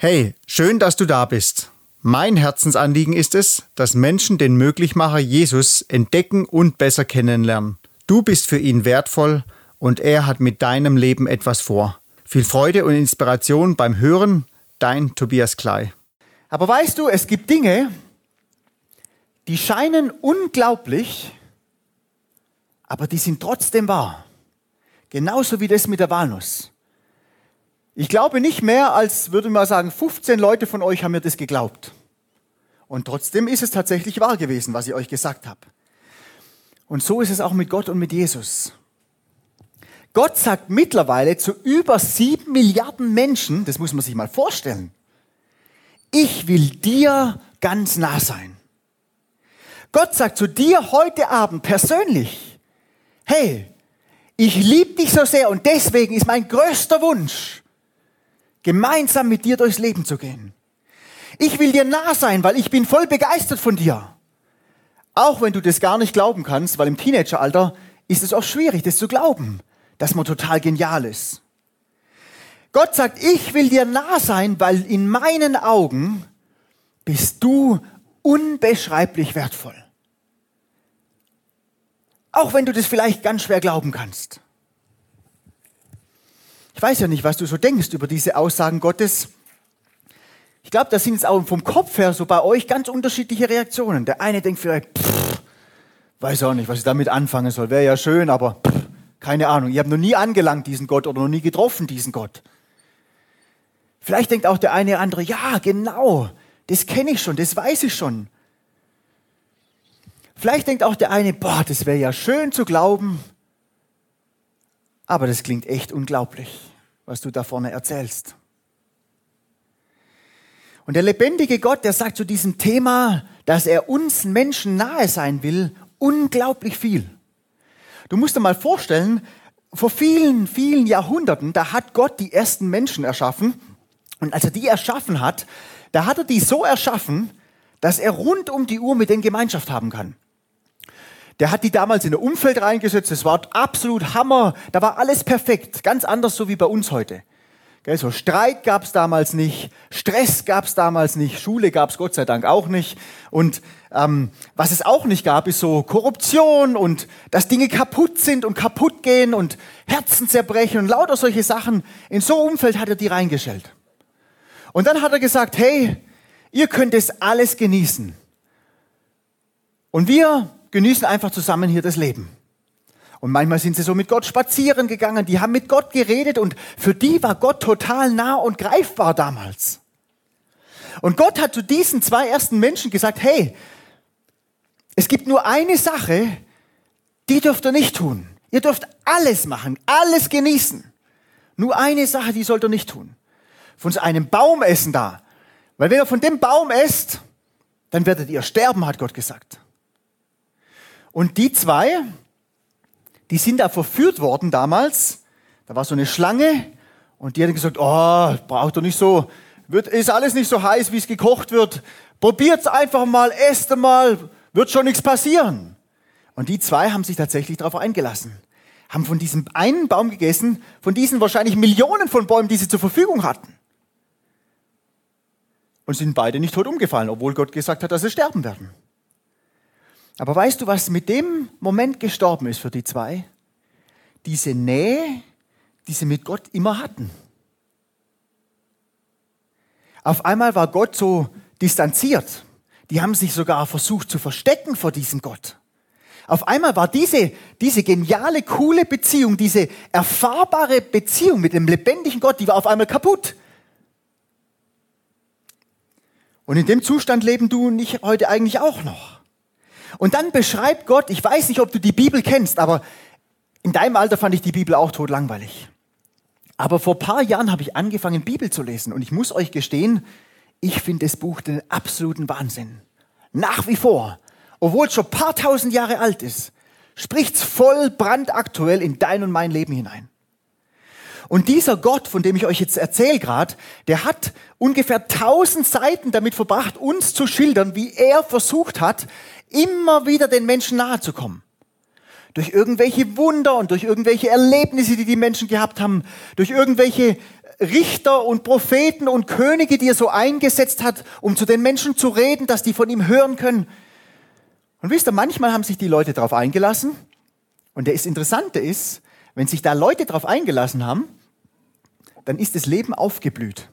Hey, schön, dass du da bist. Mein Herzensanliegen ist es, dass Menschen den Möglichmacher Jesus entdecken und besser kennenlernen. Du bist für ihn wertvoll und er hat mit deinem Leben etwas vor. Viel Freude und Inspiration beim Hören, dein Tobias Klei. Aber weißt du, es gibt Dinge, die scheinen unglaublich, aber die sind trotzdem wahr. Genauso wie das mit der Walnuss. Ich glaube nicht mehr als, würde man sagen, 15 Leute von euch haben mir das geglaubt. Und trotzdem ist es tatsächlich wahr gewesen, was ich euch gesagt habe. Und so ist es auch mit Gott und mit Jesus. Gott sagt mittlerweile zu über 7 Milliarden Menschen, das muss man sich mal vorstellen, ich will dir ganz nah sein. Gott sagt zu dir heute Abend persönlich, hey, ich liebe dich so sehr und deswegen ist mein größter Wunsch, gemeinsam mit dir durchs Leben zu gehen. Ich will dir nah sein, weil ich bin voll begeistert von dir. Auch wenn du das gar nicht glauben kannst, weil im Teenageralter ist es auch schwierig, das zu glauben, dass man total genial ist. Gott sagt, ich will dir nah sein, weil in meinen Augen bist du unbeschreiblich wertvoll. Auch wenn du das vielleicht ganz schwer glauben kannst. Ich weiß ja nicht, was du so denkst über diese Aussagen Gottes. Ich glaube, das sind jetzt auch vom Kopf her so bei euch ganz unterschiedliche Reaktionen. Der eine denkt vielleicht, weiß auch nicht, was ich damit anfangen soll. Wäre ja schön, aber keine Ahnung. Ich habe noch nie angelangt diesen Gott oder noch nie getroffen diesen Gott. Vielleicht denkt auch der eine oder andere, ja genau, das kenne ich schon, das weiß ich schon. Vielleicht denkt auch der eine, das wäre ja schön zu glauben, aber das klingt echt unglaublich, was du da vorne erzählst. Und der lebendige Gott, der sagt zu diesem Thema, dass er uns Menschen nahe sein will, unglaublich viel. Du musst dir mal vorstellen, vor vielen, vielen Jahrhunderten, da hat Gott die ersten Menschen erschaffen. Und als er die erschaffen hat, da hat er die so erschaffen, dass er rund um die Uhr mit denen Gemeinschaft haben kann. Der hat die damals in ein Umfeld reingesetzt, das war absolut Hammer, da war alles perfekt, ganz anders so wie bei uns heute. So Streit gab es damals nicht, Stress gab es damals nicht, Schule gab es Gott sei Dank auch nicht. Und was es auch nicht gab, ist so Korruption und dass Dinge kaputt sind und kaputt gehen und Herzen zerbrechen und lauter solche Sachen. In so einem Umfeld hat er die reingestellt. Und dann hat er gesagt, hey, ihr könnt es alles genießen. Und wir genießen einfach zusammen hier das Leben. Und manchmal sind sie so mit Gott spazieren gegangen, die haben mit Gott geredet und für die war Gott total nah und greifbar damals. Und Gott hat zu diesen 2 ersten Menschen gesagt, hey, es gibt nur eine Sache, die dürft ihr nicht tun. Ihr dürft alles machen, alles genießen. Nur eine Sache, die sollt ihr nicht tun. Von so einem Baum essen da. Weil wenn ihr von dem Baum esst, dann werdet ihr sterben, hat Gott gesagt. Und die 2, die sind da verführt worden damals. Da war so eine Schlange und die hat gesagt, braucht doch nicht so, ist alles nicht so heiß, wie es gekocht wird. Probiert's einfach mal, esst mal, wird schon nichts passieren. Und die 2 haben sich tatsächlich darauf eingelassen. Haben von diesem einen Baum gegessen, von diesen wahrscheinlich Millionen von Bäumen, die sie zur Verfügung hatten. Und sind beide nicht tot umgefallen, obwohl Gott gesagt hat, dass sie sterben werden. Aber weißt du, was mit dem Moment gestorben ist für die 2? Diese Nähe, die sie mit Gott immer hatten. Auf einmal war Gott so distanziert. Die haben sich sogar versucht zu verstecken vor diesem Gott. Auf einmal war diese geniale, coole Beziehung, diese erfahrbare Beziehung mit dem lebendigen Gott, die war auf einmal kaputt. Und in dem Zustand leben du und ich heute eigentlich auch noch. Und dann beschreibt Gott, ich weiß nicht, ob du die Bibel kennst, aber in deinem Alter fand ich die Bibel auch totlangweilig. Aber vor ein paar Jahren habe ich angefangen, Bibel zu lesen. Und ich muss euch gestehen, ich finde das Buch den absoluten Wahnsinn. Nach wie vor, obwohl es schon ein paar tausend Jahre alt ist, spricht es voll brandaktuell in dein und mein Leben hinein. Und dieser Gott, von dem ich euch jetzt erzähle gerade, der hat ungefähr 1000 Seiten damit verbracht, uns zu schildern, wie er versucht hat, immer wieder den Menschen nahe zu kommen. Durch irgendwelche Wunder und durch irgendwelche Erlebnisse, die die Menschen gehabt haben, durch irgendwelche Richter und Propheten und Könige, die er so eingesetzt hat, um zu den Menschen zu reden, dass die von ihm hören können. Und wisst ihr, manchmal haben sich die Leute darauf eingelassen. Und das Interessante ist, wenn sich da Leute darauf eingelassen haben, dann ist das Leben aufgeblüht.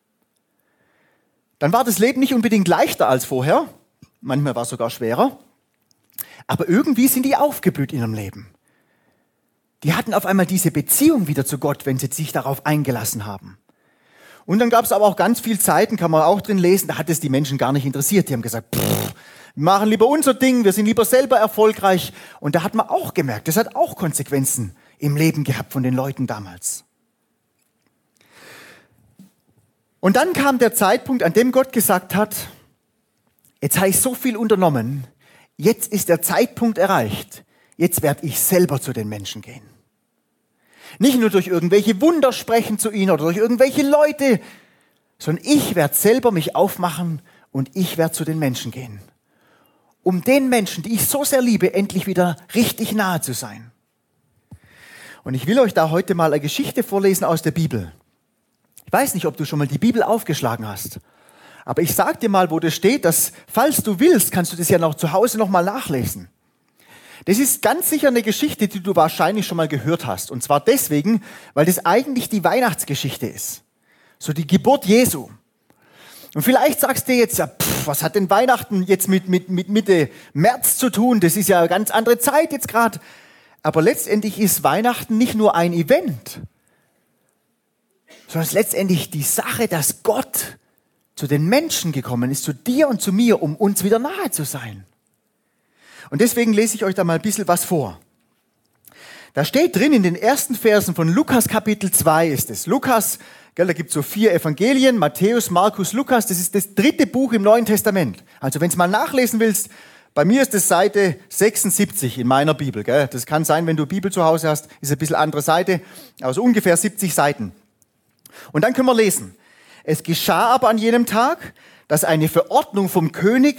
Dann war das Leben nicht unbedingt leichter als vorher. Manchmal war es sogar schwerer. Aber irgendwie sind die aufgeblüht in ihrem Leben. Die hatten auf einmal diese Beziehung wieder zu Gott, wenn sie sich darauf eingelassen haben. Und dann gab es aber auch ganz viele Zeiten, kann man auch drin lesen, da hat es die Menschen gar nicht interessiert. Die haben gesagt, wir machen lieber unser Ding, wir sind lieber selber erfolgreich. Und da hat man auch gemerkt, das hat auch Konsequenzen im Leben gehabt von den Leuten damals. Und dann kam der Zeitpunkt, an dem Gott gesagt hat, jetzt habe ich so viel unternommen, jetzt ist der Zeitpunkt erreicht, jetzt werde ich selber zu den Menschen gehen. Nicht nur durch irgendwelche Wunder sprechen zu ihnen oder durch irgendwelche Leute, sondern ich werde selber mich aufmachen und ich werde zu den Menschen gehen. Um den Menschen, die ich so sehr liebe, endlich wieder richtig nahe zu sein. Und ich will euch da heute mal eine Geschichte vorlesen aus der Bibel. Ich weiß nicht, ob du schon mal die Bibel aufgeschlagen hast. Aber ich sage dir mal, wo das steht, dass, falls du willst, kannst du das ja noch zu Hause noch mal nachlesen. Das ist ganz sicher eine Geschichte, die du wahrscheinlich schon mal gehört hast. Und zwar deswegen, weil das eigentlich die Weihnachtsgeschichte ist. So die Geburt Jesu. Und vielleicht sagst du jetzt, ja, was hat denn Weihnachten jetzt mit Mitte März zu tun? Das ist ja eine ganz andere Zeit jetzt gerade. Aber letztendlich ist Weihnachten nicht nur ein Event, sondern es ist letztendlich die Sache, dass Gott zu den Menschen gekommen ist, zu dir und zu mir, um uns wieder nahe zu sein. Und deswegen lese ich euch da mal ein bisschen was vor. Da steht drin in den ersten Versen von Lukas Kapitel 2 ist es. Lukas, da gibt es so 4 Evangelien, Matthäus, Markus, Lukas, das ist das 3. Buch im Neuen Testament. Also wenn du mal nachlesen willst, bei mir ist das Seite 76 in meiner Bibel. Gell? Das kann sein, wenn du Bibel zu Hause hast, ist ein bisschen andere Seite, also ungefähr 70 Seiten. Und dann können wir lesen. Es geschah aber an jenem Tag, dass eine Verordnung vom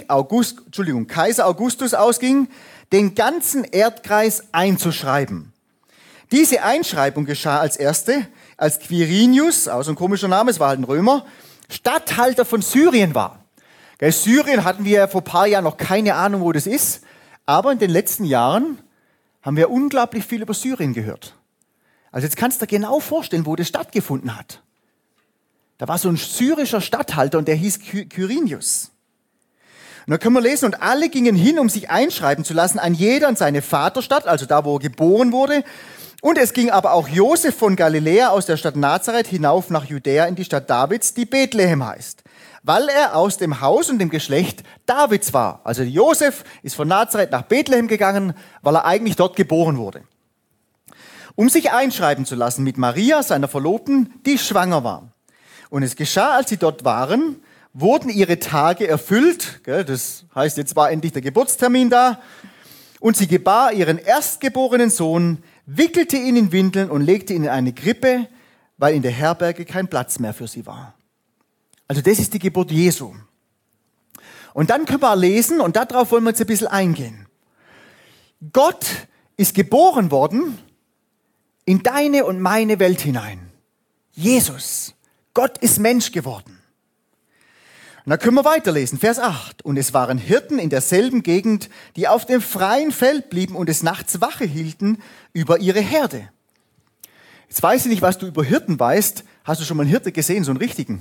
Kaiser Augustus ausging, den ganzen Erdkreis einzuschreiben. Diese Einschreibung geschah als erste, als Quirinius, auch so ein komischer Name, es war halt ein Römer, Statthalter von Syrien war. Syrien hatten wir vor ein paar Jahren noch keine Ahnung, wo das ist, aber in den letzten Jahren haben wir unglaublich viel über Syrien gehört. Also jetzt kannst du dir genau vorstellen, wo das stattgefunden hat. Da war so ein syrischer Statthalter und der hieß Quirinius. Und da können wir lesen, und alle gingen hin, um sich einschreiben zu lassen, ein jeder in seine Vaterstadt, also da, wo er geboren wurde. Und es ging aber auch Josef von Galiläa aus der Stadt Nazareth hinauf nach Judäa in die Stadt Davids, die Bethlehem heißt, weil er aus dem Haus und dem Geschlecht Davids war. Also Josef ist von Nazareth nach Bethlehem gegangen, weil er eigentlich dort geboren wurde. Um sich einschreiben zu lassen mit Maria, seiner Verlobten, die schwanger war. Und es geschah, als sie dort waren, wurden ihre Tage erfüllt. Das heißt, jetzt war endlich der Geburtstermin da. Und sie gebar ihren erstgeborenen Sohn, wickelte ihn in Windeln und legte ihn in eine Krippe, weil in der Herberge kein Platz mehr für sie war. Also das ist die Geburt Jesu. Und dann können wir lesen, und darauf wollen wir jetzt ein bisschen eingehen. Gott ist geboren worden in deine und meine Welt hinein. Jesus. Gott ist Mensch geworden. Und dann können wir weiterlesen, Vers 8. Und es waren Hirten in derselben Gegend, die auf dem freien Feld blieben und des Nachts Wache hielten über ihre Herde. Jetzt weiß ich nicht, was du über Hirten weißt. Hast du schon mal einen Hirte gesehen, so einen richtigen?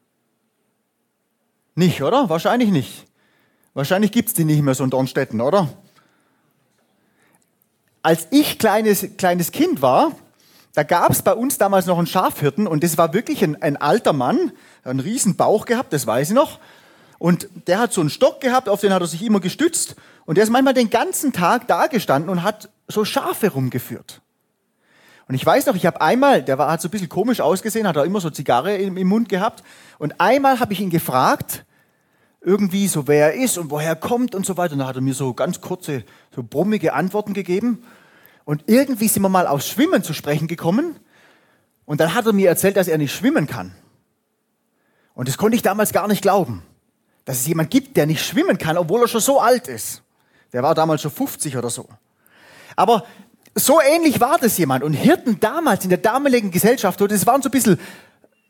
Nicht, oder? Wahrscheinlich nicht. Wahrscheinlich gibt es die nicht mehr so in Dornstetten, oder? Als ich kleines Kind war, da gab es bei uns damals noch einen Schafhirten und das war wirklich ein alter Mann, einen riesen Bauch gehabt, das weiß ich noch. Und der hat so einen Stock gehabt, auf den hat er sich immer gestützt. Und der ist manchmal den ganzen Tag da gestanden und hat so Schafe rumgeführt. Und ich weiß noch, ich habe einmal, hat so ein bisschen komisch ausgesehen, hat er immer so Zigarre im Mund gehabt. Und einmal habe ich ihn gefragt, irgendwie so, wer er ist und woher er kommt und so weiter. Und dann hat er mir so ganz kurze, so brummige Antworten gegeben. Und irgendwie sind wir mal aufs Schwimmen zu sprechen gekommen. Und dann hat er mir erzählt, dass er nicht schwimmen kann. Und das konnte ich damals gar nicht glauben. Dass es jemand gibt, der nicht schwimmen kann, obwohl er schon so alt ist. Der war damals schon 50 oder so. Aber so ähnlich war das jemand. Und Hirten damals, in der damaligen Gesellschaft, das waren so ein bisschen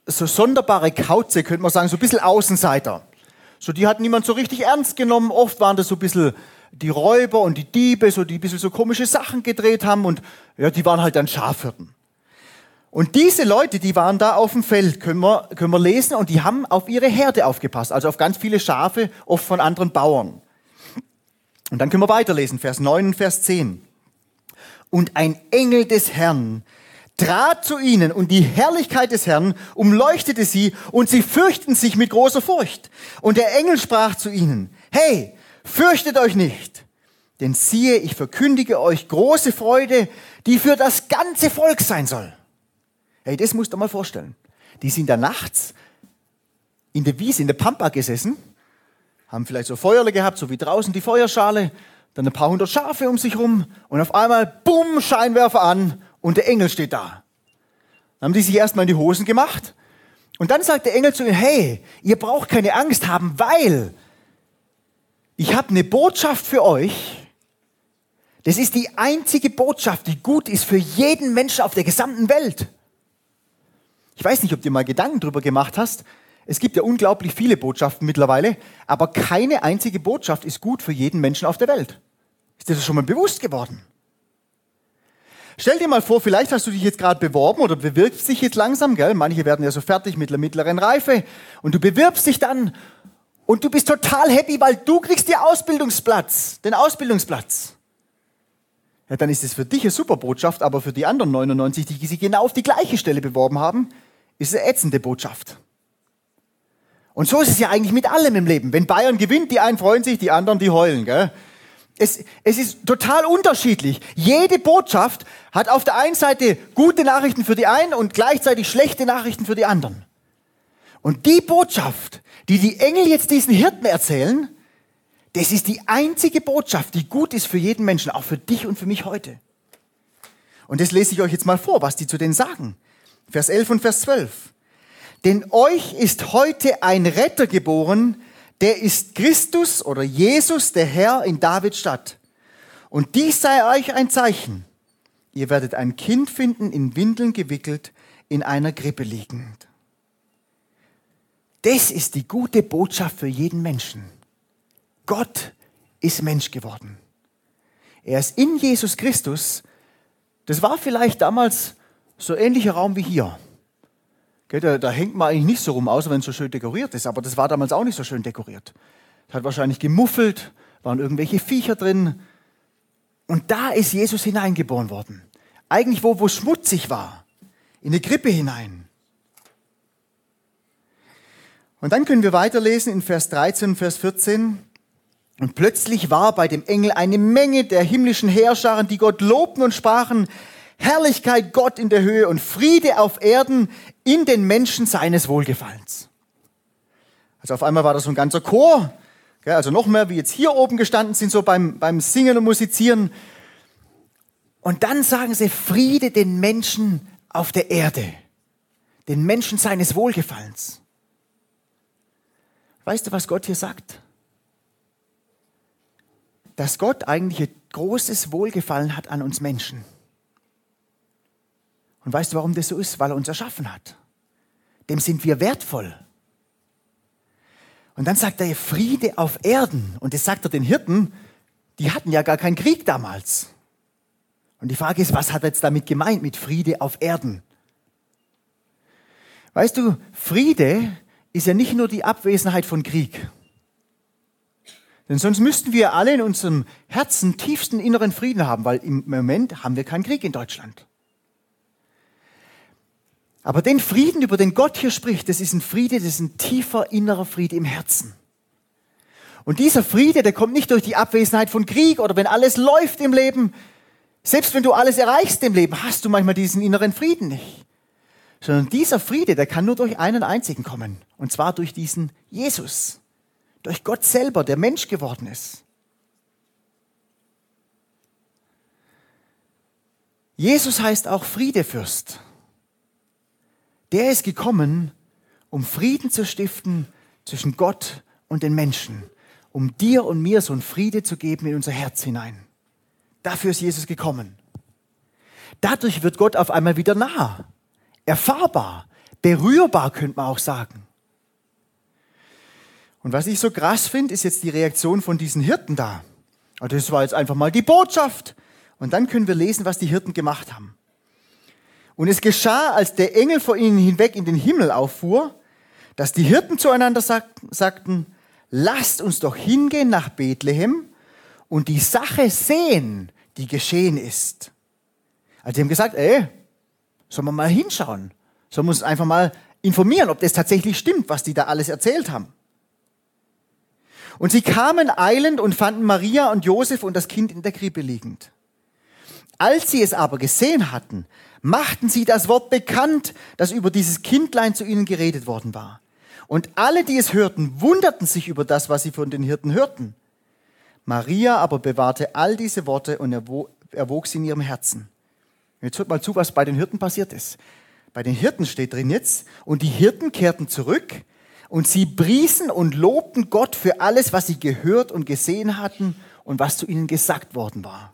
so sonderbare Kauze, könnte man sagen, so ein bisschen Außenseiter. So, die hat niemand so richtig ernst genommen. Oft waren das so ein bisschen die Räuber und die Diebe, so, die ein bisschen so komische Sachen gedreht haben. Und ja, die waren halt dann Schafhirten. Und diese Leute, die waren da auf dem Feld, können wir lesen, und die haben auf ihre Herde aufgepasst, also auf ganz viele Schafe, oft von anderen Bauern. Und dann können wir weiterlesen, Vers 9 und Vers 10. Und ein Engel des Herrn trat zu ihnen, und die Herrlichkeit des Herrn umleuchtete sie, und sie fürchteten sich mit großer Furcht. Und der Engel sprach zu ihnen: Hey, fürchtet euch nicht, denn siehe, ich verkündige euch große Freude, die für das ganze Volk sein soll. Hey, das musst du dir mal vorstellen. Die sind da nachts in der Wiese, in der Pampa gesessen, haben vielleicht so Feuerle gehabt, so wie draußen die Feuerschale, dann ein paar hundert Schafe um sich rum, und auf einmal, bumm, Scheinwerfer an, und der Engel steht da. Dann haben die sich erstmal in die Hosen gemacht, und dann sagt der Engel zu ihnen: Hey, ihr braucht keine Angst haben, weil ich habe eine Botschaft für euch. Das ist die einzige Botschaft, die gut ist für jeden Menschen auf der gesamten Welt. Ich weiß nicht, ob du mal Gedanken darüber gemacht hast. Es gibt ja unglaublich viele Botschaften mittlerweile, aber keine einzige Botschaft ist gut für jeden Menschen auf der Welt. Ist dir das schon mal bewusst geworden? Stell dir mal vor, vielleicht hast du dich jetzt gerade beworben oder bewirbst dich jetzt langsam, gell? Manche werden ja so fertig mit der mittleren Reife, und du bewirbst dich dann und du bist total happy, weil du kriegst den Ausbildungsplatz. Ja, dann ist es für dich eine super Botschaft, aber für die anderen 99, die sich genau auf die gleiche Stelle beworben haben, ist es eine ätzende Botschaft. Und so ist es ja eigentlich mit allem im Leben. Wenn Bayern gewinnt, die einen freuen sich, die anderen, die heulen. Gell? Es ist total unterschiedlich. Jede Botschaft hat auf der einen Seite gute Nachrichten für die einen und gleichzeitig schlechte Nachrichten für die anderen. Und die Botschaft, die die Engel jetzt diesen Hirten erzählen, das ist die einzige Botschaft, die gut ist für jeden Menschen, auch für dich und für mich heute. Und das lese ich euch jetzt mal vor, was die zu denen sagen. Vers 11 und Vers 12. Denn euch ist heute ein Retter geboren, der ist Christus oder Jesus, der Herr in Davids Stadt. Und dies sei euch ein Zeichen. Ihr werdet ein Kind finden, in Windeln gewickelt, in einer Krippe liegend. Das ist die gute Botschaft für jeden Menschen. Gott ist Mensch geworden. Er ist in Jesus Christus. Das war vielleicht damals so ähnlicher Raum wie hier. Da hängt man eigentlich nicht so rum, außer wenn es so schön dekoriert ist. Aber das war damals auch nicht so schön dekoriert. Es hat wahrscheinlich gemuffelt, waren irgendwelche Viecher drin. Und da ist Jesus hineingeboren worden. Eigentlich wo es schmutzig war. In eine Krippe hinein. Und dann können wir weiterlesen in Vers 13 und Vers 14. Und plötzlich war bei dem Engel eine Menge der himmlischen Heerscharen, die Gott lobten und sprachen: Herrlichkeit Gott in der Höhe und Friede auf Erden in den Menschen seines Wohlgefallens. Also auf einmal war das so ein ganzer Chor, also noch mehr wie jetzt hier oben gestanden sind, so beim Singen und Musizieren. Und dann sagen sie: Friede den Menschen auf der Erde, den Menschen seines Wohlgefallens. Weißt du, was Gott hier sagt? Dass Gott eigentlich ein großes Wohlgefallen hat an uns Menschen. Und weißt du, warum das so ist? Weil er uns erschaffen hat. Dem sind wir wertvoll. Und dann sagt er: Friede auf Erden. Und das sagt er den Hirten, die hatten ja gar keinen Krieg damals. Und die Frage ist, was hat er jetzt damit gemeint, mit Friede auf Erden? Weißt du, Friede ist ja nicht nur die Abwesenheit von Krieg. Denn sonst müssten wir alle in unserem Herzen tiefsten inneren Frieden haben, weil im Moment haben wir keinen Krieg in Deutschland. Aber den Frieden, über den Gott hier spricht, das ist ein Friede, das ist ein tiefer innerer Friede im Herzen. Und dieser Friede, der kommt nicht durch die Abwesenheit von Krieg oder wenn alles läuft im Leben. Selbst wenn du alles erreichst im Leben, hast du manchmal diesen inneren Frieden nicht. Sondern dieser Friede, der kann nur durch einen einzigen kommen. Und zwar durch diesen Jesus. Durch Gott selber, der Mensch geworden ist. Jesus heißt auch Friedefürst. Der ist gekommen, um Frieden zu stiften zwischen Gott und den Menschen. Um dir und mir so einen Friede zu geben in unser Herz hinein. Dafür ist Jesus gekommen. Dadurch wird Gott auf einmal wieder nah, erfahrbar, berührbar, könnte man auch sagen. Und was ich so krass finde, ist jetzt die Reaktion von diesen Hirten da. Und das war jetzt einfach mal die Botschaft. Und dann können wir lesen, was die Hirten gemacht haben. Und es geschah, als der Engel vor ihnen hinweg in den Himmel auffuhr, dass die Hirten zueinander sagten, lasst uns doch hingehen nach Bethlehem und die Sache sehen, die geschehen ist. Also die haben gesagt, sollen wir mal hinschauen? Sollen wir uns einfach mal informieren, ob das tatsächlich stimmt, was die da alles erzählt haben. Und sie kamen eilend und fanden Maria und Josef und das Kind in der Krippe liegend. Als sie es aber gesehen hatten, machten sie das Wort bekannt, das über dieses Kindlein zu ihnen geredet worden war. Und alle, die es hörten, wunderten sich über das, was sie von den Hirten hörten. Maria aber bewahrte all diese Worte und erwog sie in ihrem Herzen. Jetzt hört mal zu, was bei den Hirten passiert ist. Bei den Hirten steht drin jetzt, und die Hirten kehrten zurück und sie priesen und lobten Gott für alles, was sie gehört und gesehen hatten und was zu ihnen gesagt worden war.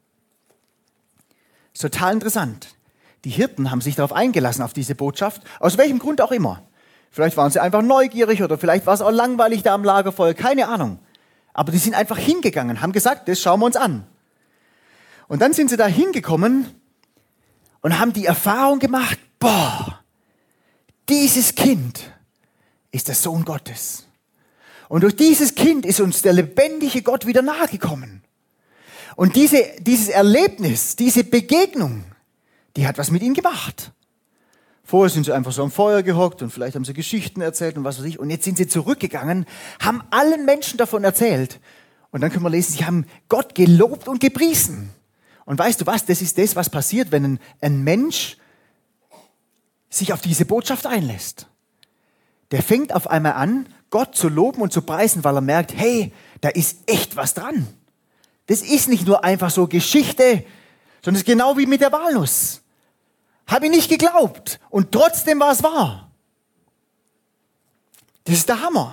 Ist total interessant. Die Hirten haben sich darauf eingelassen, auf diese Botschaft, aus welchem Grund auch immer. Vielleicht waren sie einfach neugierig oder vielleicht war es auch langweilig da am Lagerfeuer, keine Ahnung. Aber die sind einfach hingegangen, haben gesagt, das schauen wir uns an. Und dann sind sie da hingekommen und haben die Erfahrung gemacht, dieses Kind ist der Sohn Gottes. Und durch dieses Kind ist uns der lebendige Gott wieder nahegekommen. Und dieses Erlebnis, diese Begegnung, die hat was mit ihnen gemacht. Vorher sind sie einfach so am Feuer gehockt und vielleicht haben sie Geschichten erzählt und was weiß ich. Und jetzt sind sie zurückgegangen, haben allen Menschen davon erzählt. Und dann können wir lesen, sie haben Gott gelobt und gepriesen. Und weißt du was, das ist das, was passiert, wenn ein Mensch sich auf diese Botschaft einlässt. Der fängt auf einmal an, Gott zu loben und zu preisen, weil er merkt, hey, da ist echt was dran. Das ist nicht nur einfach so Geschichte, sondern es ist genau wie mit der Walnuss. Habe ich nicht geglaubt und trotzdem war es wahr. Das ist der Hammer.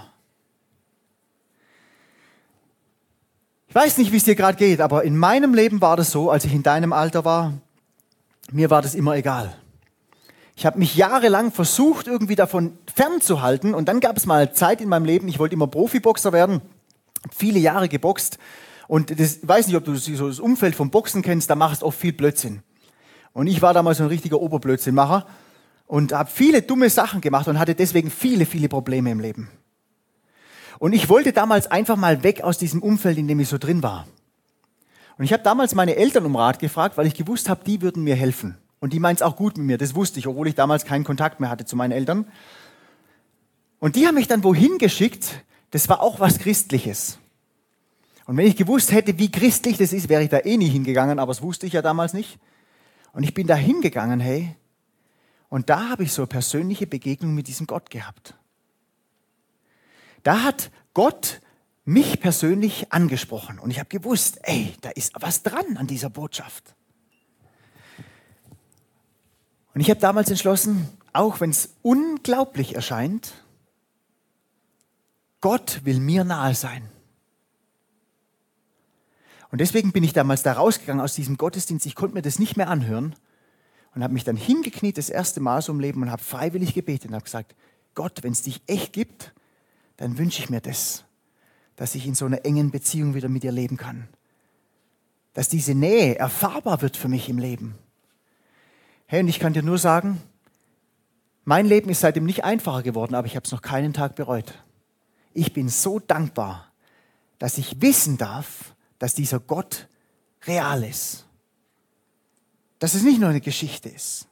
Ich weiß nicht, wie es dir gerade geht, aber in meinem Leben war das so, als ich in deinem Alter war, mir war das immer egal. Ich habe mich jahrelang versucht, irgendwie davon fernzuhalten und dann gab es mal eine Zeit in meinem Leben, ich wollte immer Profiboxer werden, habe viele Jahre geboxt und ich weiß nicht, ob du so das Umfeld vom Boxen kennst, da machst du oft viel Blödsinn. Und ich war damals so ein richtiger Oberblödsinnmacher und habe viele dumme Sachen gemacht und hatte deswegen viele, viele Probleme im Leben. Und ich wollte damals einfach mal weg aus diesem Umfeld, in dem ich so drin war. Und ich habe damals meine Eltern um Rat gefragt, weil ich gewusst habe, die würden mir helfen. Und die meinen es auch gut mit mir, das wusste ich, obwohl ich damals keinen Kontakt mehr hatte zu meinen Eltern. Und die haben mich dann wohin geschickt, das war auch was Christliches. Und wenn ich gewusst hätte, wie christlich das ist, wäre ich da eh nie hingegangen, aber das wusste ich ja damals nicht. Und ich bin da hingegangen, hey, und da habe ich so eine persönliche Begegnung mit diesem Gott gehabt. Da hat Gott mich persönlich angesprochen und ich habe gewusst, ey, da ist was dran an dieser Botschaft. Und ich habe damals entschlossen, auch wenn es unglaublich erscheint, Gott will mir nahe sein. Und deswegen bin ich damals da rausgegangen aus diesem Gottesdienst. Ich konnte mir das nicht mehr anhören und habe mich dann hingekniet das erste Mal so im Leben und habe freiwillig gebetet und habe gesagt, Gott, wenn es dich echt gibt, dann wünsche ich mir das, dass ich in so einer engen Beziehung wieder mit dir leben kann. Dass diese Nähe erfahrbar wird für mich im Leben. Hey, und ich kann dir nur sagen, mein Leben ist seitdem nicht einfacher geworden, aber ich habe es noch keinen Tag bereut. Ich bin so dankbar, dass ich wissen darf, dass dieser Gott real ist. Dass es nicht nur eine Geschichte ist.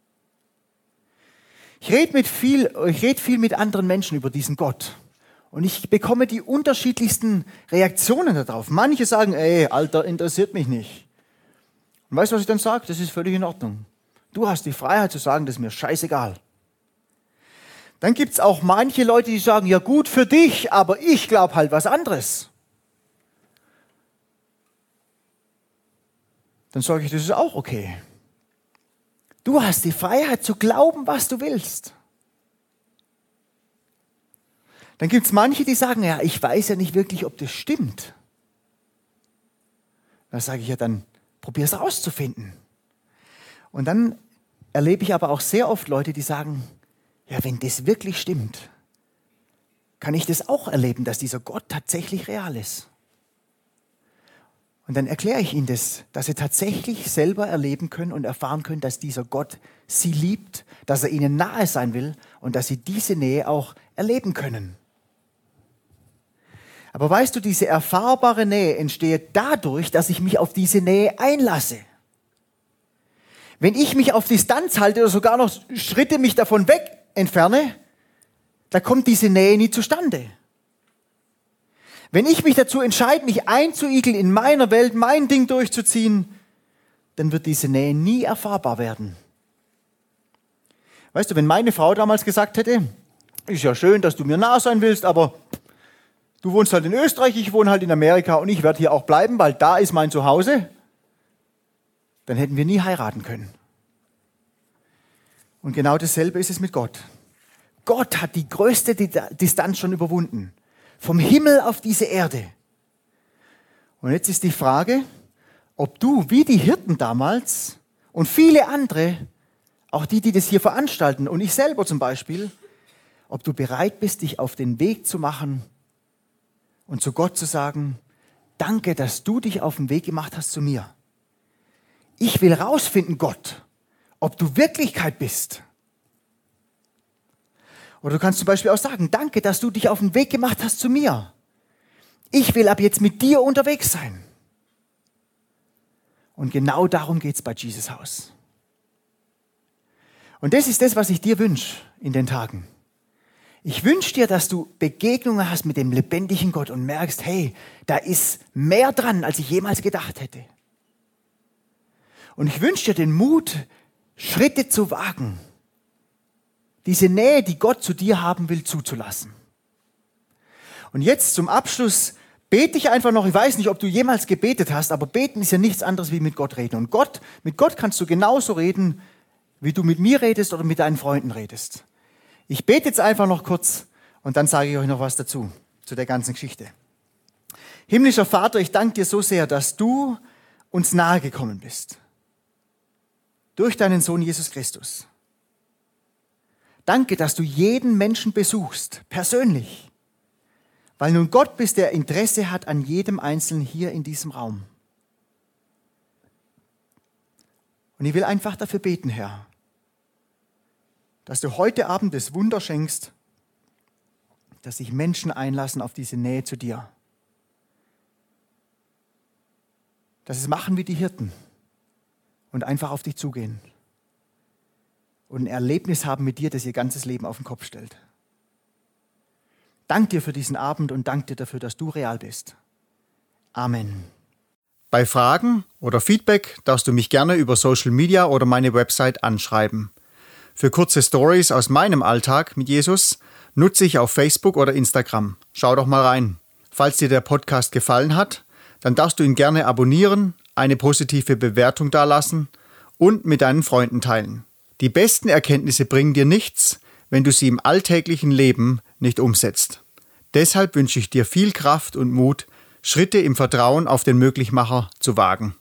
Ich rede viel mit anderen Menschen über diesen Gott. Und ich bekomme die unterschiedlichsten Reaktionen darauf. Manche sagen, ey, Alter, interessiert mich nicht. Und weißt du, was ich dann sage? Das ist völlig in Ordnung. Du hast die Freiheit zu sagen, das ist mir scheißegal. Dann gibt es auch manche Leute, die sagen, ja gut für dich, aber ich glaube halt was anderes. Dann sage ich, das ist auch okay. Du hast die Freiheit zu glauben, was du willst. Dann gibt es manche, die sagen, ja, ich weiß ja nicht wirklich, ob das stimmt. Da sage ich ja, dann probier es rauszufinden. Und dann erlebe ich aber auch sehr oft Leute, die sagen, ja, wenn das wirklich stimmt, kann ich das auch erleben, dass dieser Gott tatsächlich real ist. Und dann erkläre ich ihnen das, dass sie tatsächlich selber erleben können und erfahren können, dass dieser Gott sie liebt, dass er ihnen nahe sein will und dass sie diese Nähe auch erleben können. Aber weißt du, diese erfahrbare Nähe entsteht dadurch, dass ich mich auf diese Nähe einlasse. Wenn ich mich auf Distanz halte oder sogar noch Schritte mich davon weg entferne, da kommt diese Nähe nie zustande. Wenn ich mich dazu entscheide, mich einzuigeln in meiner Welt, mein Ding durchzuziehen, dann wird diese Nähe nie erfahrbar werden. Weißt du, wenn meine Frau damals gesagt hätte, ist ja schön, dass du mir nah sein willst, aber du wohnst halt in Österreich, ich wohne halt in Amerika und ich werde hier auch bleiben, weil da ist mein Zuhause, dann hätten wir nie heiraten können. Und genau dasselbe ist es mit Gott. Gott hat die größte Distanz schon überwunden. Vom Himmel auf diese Erde. Und jetzt ist die Frage, ob du, wie die Hirten damals und viele andere, auch die das hier veranstalten und ich selber zum Beispiel, ob du bereit bist, dich auf den Weg zu machen und zu Gott zu sagen, danke, dass du dich auf den Weg gemacht hast zu mir. Ich will rausfinden, Gott, ob du Wirklichkeit bist. Oder du kannst zum Beispiel auch sagen, danke, dass du dich auf den Weg gemacht hast zu mir. Ich will ab jetzt mit dir unterwegs sein. Und genau darum geht es bei Jesus Haus. Und das ist das, was ich dir wünsche in den Tagen. Ich wünsche dir, dass du Begegnungen hast mit dem lebendigen Gott und merkst, hey, da ist mehr dran, als ich jemals gedacht hätte. Und ich wünsche dir den Mut, Schritte zu wagen, diese Nähe, die Gott zu dir haben will, zuzulassen. Und jetzt zum Abschluss bete ich einfach noch, ich weiß nicht, ob du jemals gebetet hast, aber beten ist ja nichts anderes wie mit Gott reden. Und mit Gott kannst du genauso reden, wie du mit mir redest oder mit deinen Freunden redest. Ich bete jetzt einfach noch kurz und dann sage ich euch noch was dazu, zu der ganzen Geschichte. Himmlischer Vater, ich danke dir so sehr, dass du uns nahe gekommen bist. Durch deinen Sohn Jesus Christus. Danke, dass du jeden Menschen besuchst, persönlich. Weil nun Gott bist, der Interesse hat an jedem Einzelnen hier in diesem Raum. Und ich will einfach dafür beten, Herr, dass du heute Abend das Wunder schenkst, dass sich Menschen einlassen auf diese Nähe zu dir. Dass es machen wie die Hirten und einfach auf dich zugehen. Und ein Erlebnis haben mit dir, das ihr ganzes Leben auf den Kopf stellt. Dank dir für diesen Abend und dank dir dafür, dass du real bist. Amen. Bei Fragen oder Feedback darfst du mich gerne über Social Media oder meine Website anschreiben. Für kurze Stories aus meinem Alltag mit Jesus nutze ich auf Facebook oder Instagram. Schau doch mal rein. Falls dir der Podcast gefallen hat, dann darfst du ihn gerne abonnieren, eine positive Bewertung dalassen und mit deinen Freunden teilen. Die besten Erkenntnisse bringen dir nichts, wenn du sie im alltäglichen Leben nicht umsetzt. Deshalb wünsche ich dir viel Kraft und Mut, Schritte im Vertrauen auf den Möglichmacher zu wagen.